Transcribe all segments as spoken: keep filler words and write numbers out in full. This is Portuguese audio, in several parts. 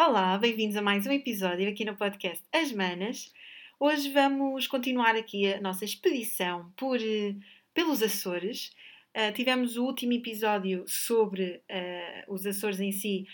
Olá, bem-vindos a mais um episódio aqui no podcast As Manas. Hoje vamos continuar aqui a nossa expedição por, eh, pelos Açores. Uh, tivemos o último episódio sobre uh, os Açores em si,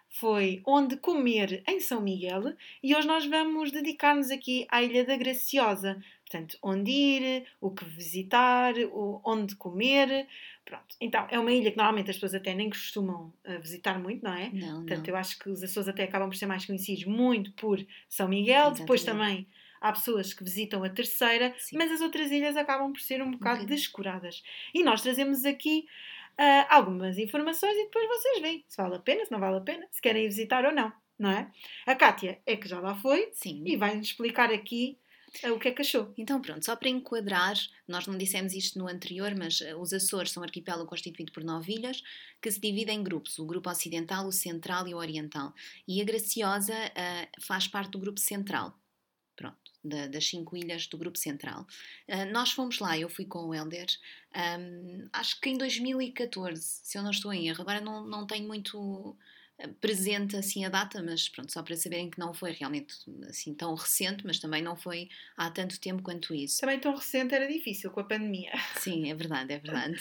foi Onde Comer em São Miguel, e hoje nós vamos dedicar-nos aqui à Ilha da Graciosa. Portanto, onde ir, o que visitar, o, onde comer. Pronto. Então, é uma ilha que normalmente as pessoas até nem costumam uh, visitar muito, não é? Não, Portanto, não. eu acho que os Açores até acabam por ser mais conhecidos muito por São Miguel. Depois Exatamente. também há pessoas que visitam a Terceira, Sim. mas as outras ilhas acabam por ser um bocado bocadinho. descuradas. E nós trazemos aqui uh, algumas informações e depois vocês veem se vale a pena, se não vale a pena, se querem ir visitar ou não, não é? A Cátia é que já lá foi. Sim. E vai-nos explicar aqui uh, o que é que achou. Então pronto, só para enquadrar, nós não dissemos isto no anterior, mas uh, os Açores são um arquipélago constituído por nove ilhas que se dividem em grupos, o grupo ocidental, o central e o oriental. E a Graciosa uh, faz parte do grupo central. Pronto. Da, das cinco ilhas do Grupo Central. Uh, nós fomos lá, eu fui com o Helder, um, acho que em dois mil e catorze, se eu não estou em erro. Agora não, não tenho muito presente assim a data, mas pronto, só para saberem que não foi realmente assim tão recente, mas também não foi há tanto tempo quanto isso. Também tão recente era difícil com a pandemia. Sim, é verdade, é verdade.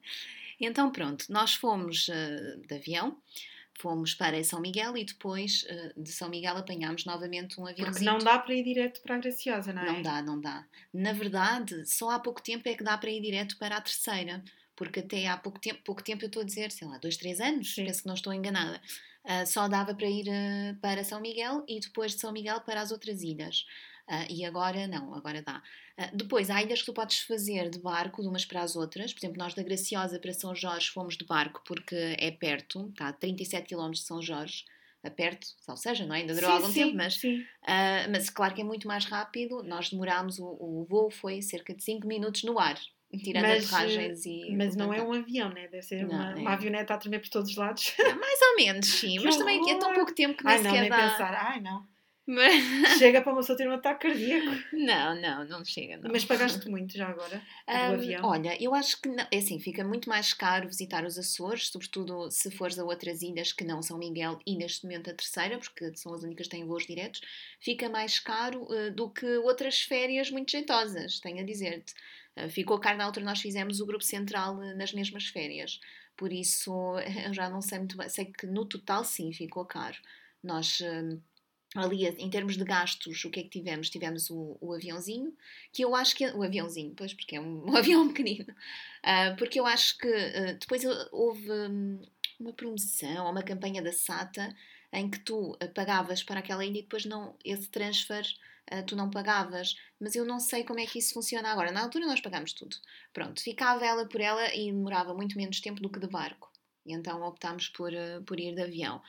Então pronto, nós fomos uh, de avião. Fomos para São Miguel e depois uh, de São Miguel apanhámos novamente um aviãozinho. Porque não dá para ir direto para a Graciosa, não é? Não dá, não dá. Na verdade, só há pouco tempo é que dá para ir direto para a Terceira. Porque até há pouco tempo, pouco tempo eu estou a dizer, sei lá, dois, três anos, Sim. penso que não estou enganada, uh, só dava para ir uh, para São Miguel e depois de São Miguel para as outras ilhas. Uh, e agora não, agora dá. Uh, depois, há ilhas que tu podes fazer de barco de umas para as outras. Por exemplo, nós da Graciosa para São Jorge fomos de barco porque é perto, está a trinta e sete quilómetros de São Jorge, a perto, ou seja, não é? Ainda durou sim, algum sim, tempo, mas, sim. uh, mas claro que é muito mais rápido. Nós demorámos, o, o voo foi cerca de cinco minutos no ar, tirando mas, aterragens e... Mas não é um avião, né? Deve ser não, uma, é... uma avioneta a tremer por todos os lados. É, mais ou menos, sim. Que Mas também é tão horror! pouco tempo que nem Ai, não, sequer nem dá. pensar. Ai, não. Mas... Chega para uma pessoa ter um ataque cardíaco. Não, não, não chega, não. Mas pagaste muito já agora do Um, avião? olha, eu acho que não, é assim, fica muito mais caro visitar os Açores, sobretudo se fores a outras ilhas que não São Miguel e neste momento a Terceira, porque são as únicas que têm voos diretos, fica mais caro uh, do que outras férias muito jeitosas, tenho a dizer-te. Uh, ficou caro na altura nós fizemos o Grupo Central uh, nas mesmas férias, por isso eu já não sei muito bem, sei que no total sim, ficou caro. Nós... Uh, Ali, em termos de gastos, o que é que tivemos? Tivemos o, o aviãozinho, que eu acho que... O aviãozinho, pois, porque é um, um avião pequenino. Uh, porque eu acho que uh, depois houve um, uma promoção ou uma campanha da SATA em que tu uh, pagavas para aquela ilha e depois não, esse transfer uh, tu não pagavas. Mas eu não sei como é que isso funciona agora. Na altura nós pagámos tudo. Pronto, ficava ela por ela e demorava muito menos tempo do que de barco. E então optámos por, uh, por ir de avião.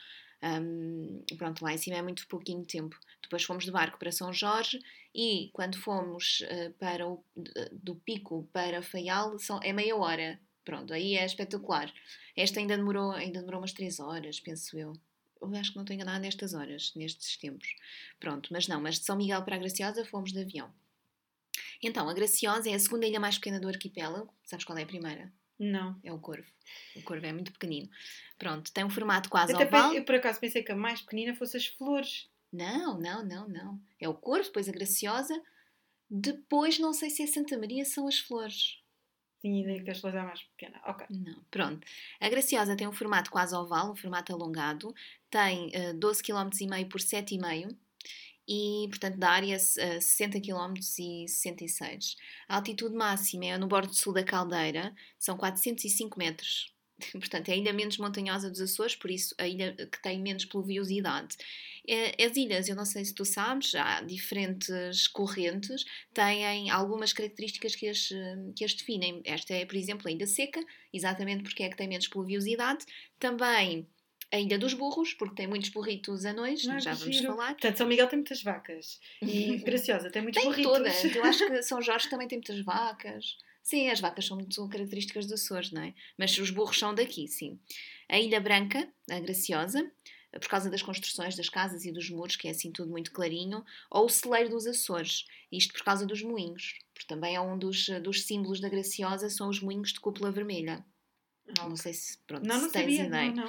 Um, pronto, lá em cima é muito pouquinho tempo. Depois fomos de barco para São Jorge e quando fomos uh, para o, do Pico para Faial são, é meia hora. Pronto, aí é espetacular. Esta ainda demorou, ainda demorou umas três horas, penso eu. Eu acho que não estou enganada nestas horas, nestes tempos. Pronto, mas não, mas de São Miguel para a Graciosa fomos de avião. Então, a Graciosa é a segunda ilha mais pequena do arquipélago. Sabes qual é a primeira? Não. É o Corvo. O Corvo é muito pequenino. Pronto, tem um formato quase Até oval. Eu por acaso pensei que a mais pequenina fosse as Flores. Não, não, não, não. É o Corvo, depois a Graciosa. Depois não sei se é Santa Maria, são as Flores. Tinha ideia que as Flores era mais pequena. Ok. Não, pronto. A Graciosa tem um formato quase oval, um formato alongado. Tem uh, doze vírgula cinco quilómetros por sete vírgula cinco e, portanto, da área uh, sessenta quilómetros e sessenta e seis. A altitude máxima é no bordo sul da caldeira, são quatrocentos e cinco metros. Portanto, é a ilha menos montanhosa dos Açores, por isso a ilha que tem menos pluviosidade. As ilhas, eu não sei se tu sabes, há diferentes correntes, têm algumas características que as, que as definem. Esta é, por exemplo, a Ilha Seca, exatamente porque é que tem menos pluviosidade. Também a Ilha dos Burros, porque tem muitos burritos anões, Não, já vamos giro. falar. Portanto, São Miguel tem muitas vacas e Graciosa tem muitos tem burritos. Todas. Eu acho que São Jorge também tem muitas vacas. Sim, as vacas são muito características dos Açores, não é? Mas os burros são daqui, sim. A Ilha Branca, a Graciosa, por causa das construções das casas e dos muros, que é assim tudo muito clarinho, ou o Celeiro dos Açores, isto por causa dos moinhos, porque também é um dos, dos símbolos da Graciosa, são os moinhos de cúpula vermelha. Okay. Não sei se, pronto, não, se não tens sabia, ideia. Não, não.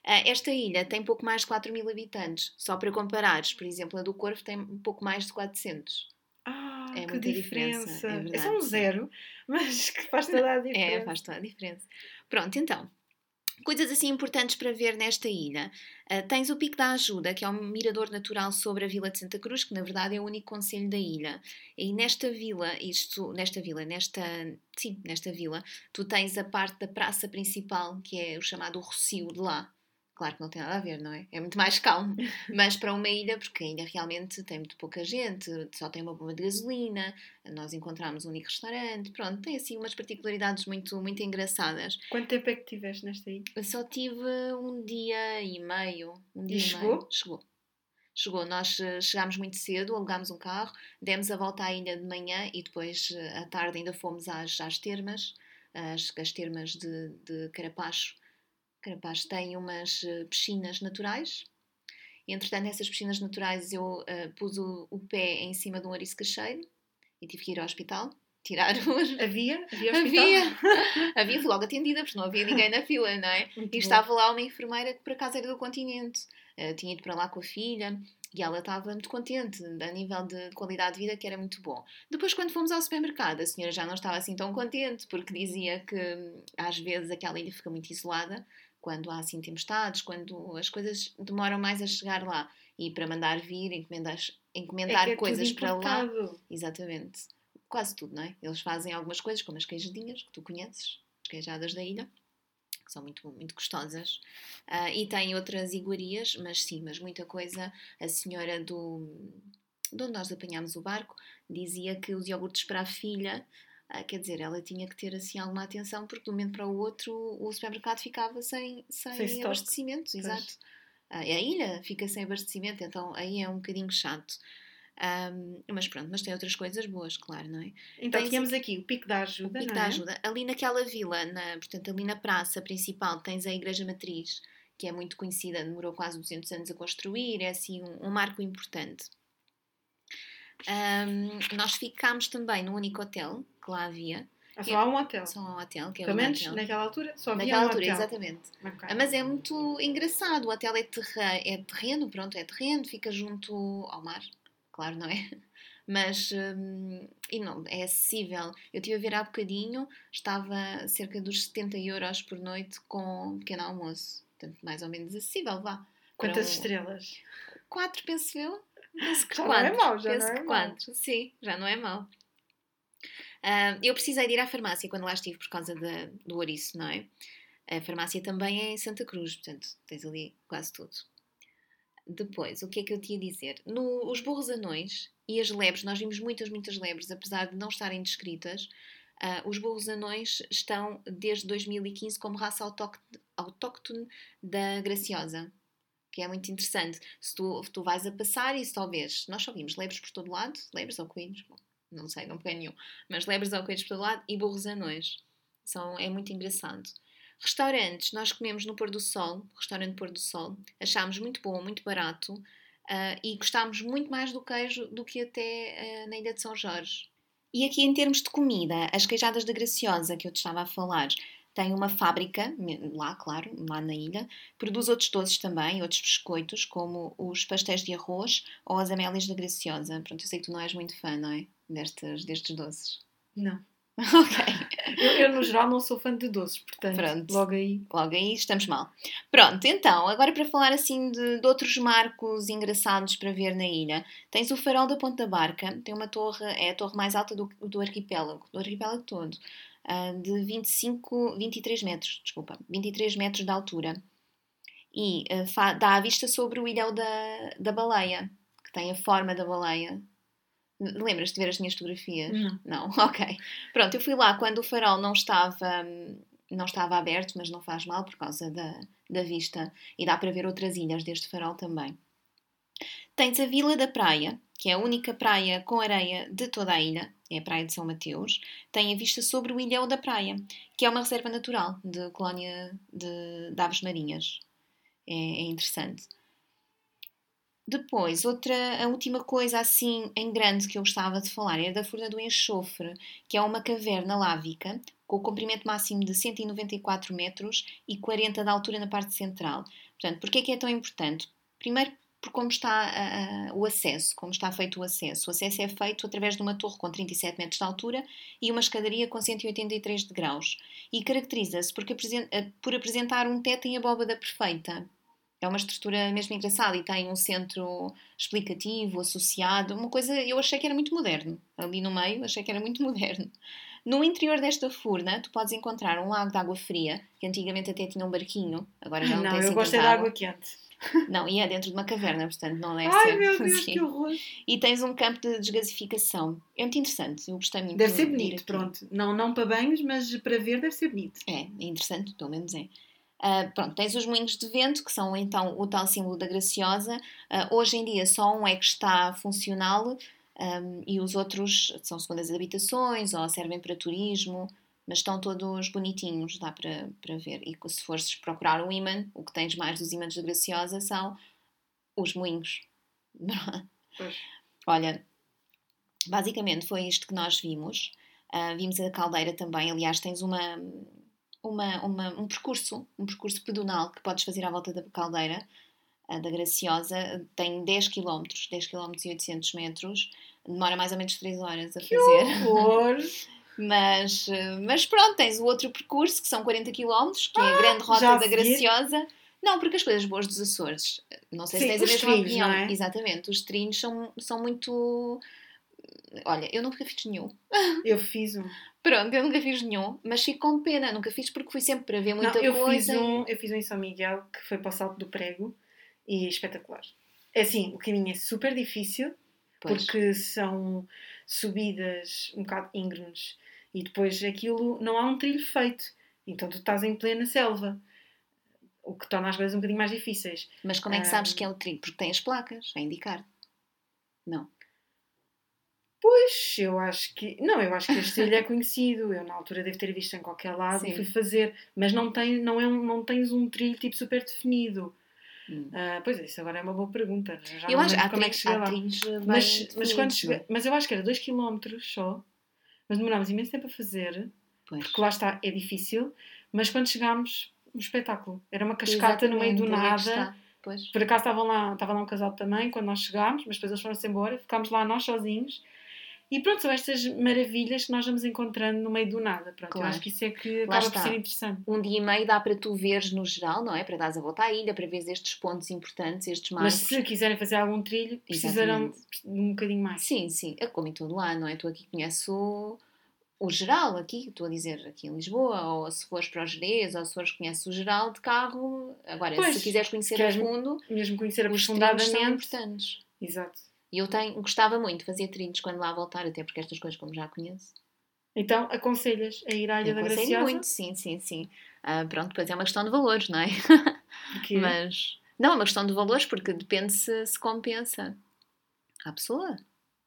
Esta ilha tem pouco mais de quatro mil habitantes. Só para comparares, por exemplo, a do Corvo tem um pouco mais de quatrocentos. Ah, é que muita diferença. diferença! É É, verdade. só um zero, mas que faz toda a diferença. É, faz toda a diferença. Pronto, então, coisas assim importantes para ver nesta ilha. Uh, tens o Pico da Ajuda, que é um mirador natural sobre a Vila de Santa Cruz, que na verdade é o único concelho da ilha. E nesta vila, isto, nesta vila, nesta, sim, nesta vila, tu tens a parte da praça principal, que é o chamado Rocio de lá. Claro que não tem nada a ver, não é? É muito mais calmo. Mas para uma ilha, porque a ilha realmente tem muito pouca gente, só tem uma bomba de gasolina, nós encontramos um único restaurante, pronto, tem assim umas particularidades muito, muito engraçadas. Quanto tempo é que tiveste nesta ilha? Eu só tive um dia e meio. Um dia E e chegou? meio. Chegou. Chegou. Nós uh, chegámos muito cedo, alugámos um carro, demos a volta à ilha de manhã e depois, uh, à tarde, ainda fomos às, às termas, as, as termas de, de Carapacho. Carapacho tem umas uh, piscinas naturais. E, entretanto, nessas piscinas naturais eu uh, pus o, o pé em cima de um ariço cacheiro e tive que ir ao hospital tirar os... Havia? Havia hospital? Havia! Havia, fui logo atendida, porque não havia ninguém na fila, não é? Muito E bom. estava lá uma enfermeira que por acaso era do continente. Uh, tinha ido para lá com a filha e ela estava muito contente, a nível de qualidade de vida, que era muito bom. Depois, quando fomos ao supermercado, a senhora já não estava assim tão contente, porque dizia que às vezes aquela ilha fica muito isolada, quando há assim tempestades, quando as coisas demoram mais a chegar lá. E para mandar vir, encomendar, encomendar é que é coisas tudo para lá. importado. Exatamente. Quase tudo, não é? Eles fazem algumas coisas, como as queijadinhas, que tu conheces, as queijadas da ilha, que são muito, muito gostosas. Uh, e tem outras iguarias, mas sim, mas muita coisa. A senhora do, de onde nós apanhámos o barco dizia que os iogurtes para a filha, uh, quer dizer, ela tinha que ter assim alguma atenção, porque de um momento para o outro o supermercado ficava sem, sem, sem abastecimento. Pois. Exato. Uh, a ilha fica sem abastecimento, então aí é um bocadinho chato. Um, mas pronto, mas tem outras coisas boas, claro, não é? Então tens tínhamos aqui, aqui o Pico da Ajuda, o Pico não da é? Ajuda. Ali naquela vila, na, portanto, ali na praça principal, tens a Igreja Matriz, que é muito conhecida, demorou quase duzentos anos a construir, é assim um, um marco importante. Um, nós ficámos também no único hotel que lá havia. Ah, só há um hotel? Só há um hotel, que é Pelo o menos hotel. naquela altura só havia naquela um altura, hotel. exatamente. Okay. Mas é muito engraçado, o hotel é, terra, é terreno, pronto, é terreno, fica junto ao mar, claro, não é? Mas hum, e não, é acessível. Eu estive a ver há bocadinho, estava cerca dos setenta euros por noite com um pequeno almoço. Portanto, mais ou menos acessível, vá. Quantas um... estrelas? Quatro, penso eu. Penso que já quatro. não é mau, já penso não é que mau. quatro. Sim, já não é mau. Uh, eu precisei de ir à farmácia quando lá estive por causa da, do ouriço, não é? A farmácia também é em Santa Cruz, portanto, tens ali quase tudo. Depois, o que é que eu te ia dizer? No, os burros anões e as lebres, nós vimos muitas, muitas lebres, apesar de não estarem descritas. Uh, os burros anões estão desde dois mil e quinze como raça autóctone da Graciosa, que é muito interessante. Se tu, tu vais a passar e só vês, nós só vimos lebres por todo lado, lebres ou coelhos, bom, não sei, não peguei nenhum, mas lebres ou coelhos por todo lado e burros anões. São, é muito engraçado. Restaurantes, nós comemos no Pôr do Sol, restaurante Pôr do Sol, achámos muito bom, muito barato uh, e gostámos muito mais do queijo do que até uh, na Ilha de São Jorge. E aqui em termos de comida, as queijadas da Graciosa, que eu te estava a falar, tem uma fábrica, lá claro, lá na ilha, produz outros doces também, outros biscoitos, como os pastéis de arroz ou as amélias da Graciosa. Pronto, eu sei que tu não és muito fã, não é? Destes, destes doces. Não. Ok. eu, eu, no geral, não sou fã de doces, portanto, Pronto. logo aí... Logo aí estamos mal. Pronto, então, agora para falar assim de, de outros marcos engraçados para ver na ilha. Tens o Farol da Ponta Barca, tem uma torre, é a torre mais alta do, do arquipélago, do arquipélago todo, uh, de vinte e cinco, vinte e três metros, desculpa, vinte e três metros de altura. E uh, fa, dá a vista sobre o ilhéu da, da baleia, que tem a forma da baleia. Lembras-te de ver as minhas fotografias? Não. Não? Ok. Pronto, eu fui lá quando o farol não estava, não estava aberto, mas não faz mal por causa da, da vista. E dá para ver outras ilhas deste farol também. Tens a Vila da Praia, que é a única praia com areia de toda a ilha. É a Praia de São Mateus. Tem a vista sobre o Ilhéu da Praia, que é uma reserva natural de colónia de, de aves marinhas. É, é interessante. Depois, outra, a última coisa assim em grande que eu gostava de falar é da Furna do Enxofre, que é uma caverna lávica com o comprimento máximo de cento e noventa e quatro metros e quarenta de altura na parte central. Portanto, porquê é que é tão importante? Primeiro, por como está uh, o acesso, como está feito o acesso. O acesso é feito através de uma torre com trinta e sete metros de altura e uma escadaria com cento e oitenta e três de graus. E caracteriza-se por, por apresentar um teto em abóbada perfeita. É uma estrutura mesmo engraçada e tem um centro explicativo, associado, uma coisa, eu achei que era muito moderno. Ali no meio, achei que era muito moderno. No interior desta furna, tu podes encontrar um lago de água fria, que antigamente até tinha um barquinho, agora já não, não tem assim eu gosto tanta é de água. água quente. Não, e é dentro de uma caverna, portanto não deve Ai, ser meu Deus, assim. que horror! E tens um campo de desgasificação. É muito interessante, eu gostei muito Deve ser de ir bonito, aqui. pronto. Não, não para banhos, mas para ver deve ser bonito. É, é interessante, pelo menos é. Uh, pronto, tens os moinhos de vento, que são então o tal símbolo da Graciosa. Uh, hoje em dia só um é que está funcional um, e os outros são segundas habitações ou servem para turismo, mas estão todos bonitinhos, dá para, para ver. E se fores procurar um ímã, o que tens mais dos ímãs da Graciosa são os moinhos. Pois. Olha, basicamente foi isto que nós vimos. Uh, vimos a caldeira também, aliás tens uma... Uma, uma, um percurso, um percurso pedonal que podes fazer à volta da caldeira, da Graciosa, tem dez quilómetros, dez quilómetros e oitocentos metros, demora mais ou menos três horas a que fazer. Horror. mas, mas pronto, tens o outro percurso, que são quarenta quilómetros, que ah, é a grande rota da Graciosa. Não, porque as coisas boas dos Açores, não sei Sim, se tens a mesma trilhos, opinião. Não é? Exatamente, os trilhos são, são muito... Olha, eu nunca fiz nenhum. Eu fiz um. Pronto, eu nunca fiz nenhum, mas fico com pena, nunca fiz porque fui sempre para ver muita não, eu coisa. Fiz um, eu fiz um em São Miguel, que foi para o Salto do Prego, e espetacular. É assim, o caminho é super difícil, pois. Porque são subidas um bocado íngremes, e depois aquilo, não há um trilho feito, então tu estás em plena selva, o que torna as coisas um bocadinho mais difíceis. Mas como é que sabes um... que é o trilho? Porque tem as placas a indicar. Não. Pois, eu acho que... Não, eu acho que este trilho é conhecido. Eu, na altura, devo ter visto em qualquer lado Sim. e fui fazer. Mas não, tem, não, é um, não tens um trilho, tipo, super definido. Hum. Uh, pois é, isso agora é uma boa pergunta. Já eu não acho lembro como tri- é que cheguei lá. Mas, mas, quando cheguei, mas eu acho que era dois quilómetros só. Mas demorámos imenso tempo a fazer. Pois. Porque lá está, é difícil. Mas quando chegámos, um espetáculo. Era uma cascata Exatamente, no meio do nada. Pois. Por acaso estavam lá, estava lá um casal também, quando nós chegámos. Mas depois eles foram-se embora. Ficámos lá nós sozinhos. E pronto, são estas maravilhas que nós vamos encontrando no meio do nada. Pronto, claro. Eu acho que isso é que acaba por ser interessante. Um dia e meio dá para tu veres no geral, não é? Para dares a volta à ilha, para veres estes pontos importantes, estes marcos. Mas se quiserem fazer algum trilho, precisarão de um bocadinho mais. Sim, sim. É como em todo lá, não é? Tu aqui conheces o, o geral, aqui, estou a dizer aqui em Lisboa, ou se fores para o Jerez, ou se fores conheces o geral de carro. Agora, pois, se quiseres conhecer a fundo, mesmo conhecer aprofundadamente, são importantes. Exato. E eu tenho, gostava muito de fazer trilhos quando lá voltar, até porque estas coisas como já conheço. Então, aconselhas a ir à Ilha eu da Graciosa? Aconselho muito, sim, sim, sim. Uh, pronto, depois é uma questão de valores, não é? Porque... Mas, não, é uma questão de valores porque depende se, se compensa à pessoa.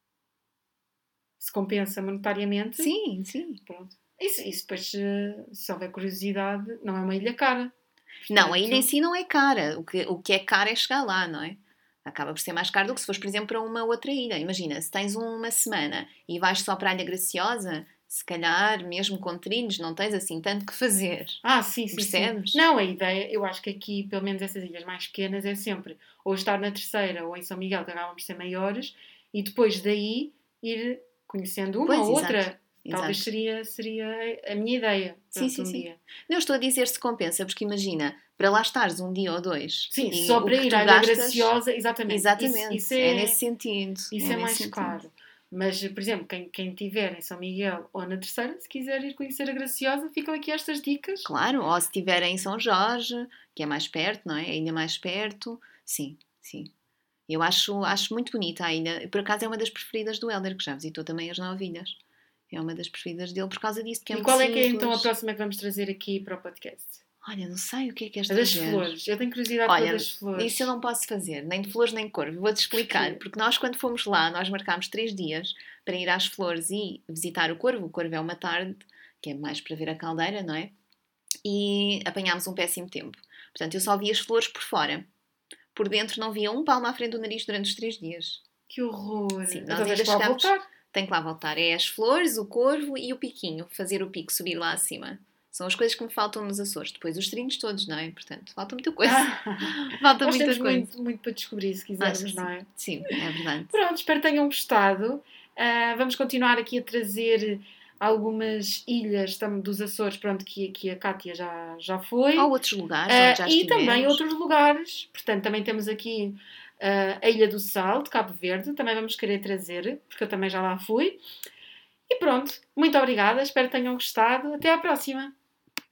Se compensa monetariamente? Sim, sim. Pronto. Isso, isso depois, se houver curiosidade, não é uma ilha cara. Portanto... Não, a ilha em si não é cara. O que, o que é caro é chegar lá, não é? Acaba por ser mais caro do que se fores, por exemplo, para uma outra ilha. Imagina, se tens uma semana e vais só para a Ilha Graciosa, se calhar, mesmo com trilhos, não tens assim tanto que fazer. Ah, sim, sim. Percebes? Sim. Não, a ideia, eu acho que aqui, pelo menos essas ilhas mais pequenas, é sempre ou estar na Terceira ou em São Miguel, que acabam por ser maiores, e depois daí ir conhecendo uma pois, ou exato. outra. Talvez seria, seria a minha ideia. Sim, sim, um sim. Dia. Não estou a dizer se compensa, porque imagina, para lá estares um dia ou dois. Sim, só para ir à Ilha Graciosa, exatamente. Exatamente, isso, isso é, é, é nesse sentido. Isso é, é mais sentido. caro. Mas, por exemplo, quem, quem estiver em São Miguel ou na Terceira, se quiser ir conhecer a Graciosa, ficam aqui estas dicas. Claro, ou se estiver em São Jorge, que é mais perto, não é? Ainda mais perto. Sim, sim. Eu acho, acho muito bonita a ilha. Por acaso é uma das preferidas do Hélder, que já visitou também as Nove Ilhas. É uma das preferidas dele por causa disso. Que é e muito qual é simples. que é então a próxima que vamos trazer aqui para o podcast? Olha, não sei o que é que és a das flores. Eu tenho curiosidade Olha, das flores. Isso eu não posso fazer, nem de flores nem de corvo. Vou-te explicar. Porque... porque nós, quando fomos lá, nós marcámos três dias para ir às flores e visitar o corvo. O corvo é uma tarde, que é mais para ver a caldeira, não é? E apanhámos um péssimo tempo. Portanto, eu só vi as flores por fora. Por dentro não via um palmo à frente do nariz durante os três dias. Que horror! Sim, nós então ainda chegámos... Tem que lá voltar. É as flores, o corvo e o piquinho. Fazer o pico, subir lá acima. São as coisas que me faltam nos Açores. Depois os trilhos todos, não é? Portanto, falta muita coisa. Falta Nós muita temos coisa. muito, muito para descobrir, se quisermos, Acho que não é? sim. Sim, é verdade. Pronto, espero que tenham gostado. Uh, vamos continuar aqui a trazer algumas ilhas tam- dos Açores, pronto, que, que a Cátia já, já foi. Ou outros lugares Uh, onde já e estivemos. também outros lugares. Portanto, também temos aqui uh, a Ilha do Sal, de Cabo Verde. Também vamos querer trazer, porque eu também já lá fui. E pronto, muito obrigada. Espero que tenham gostado. Até à próxima!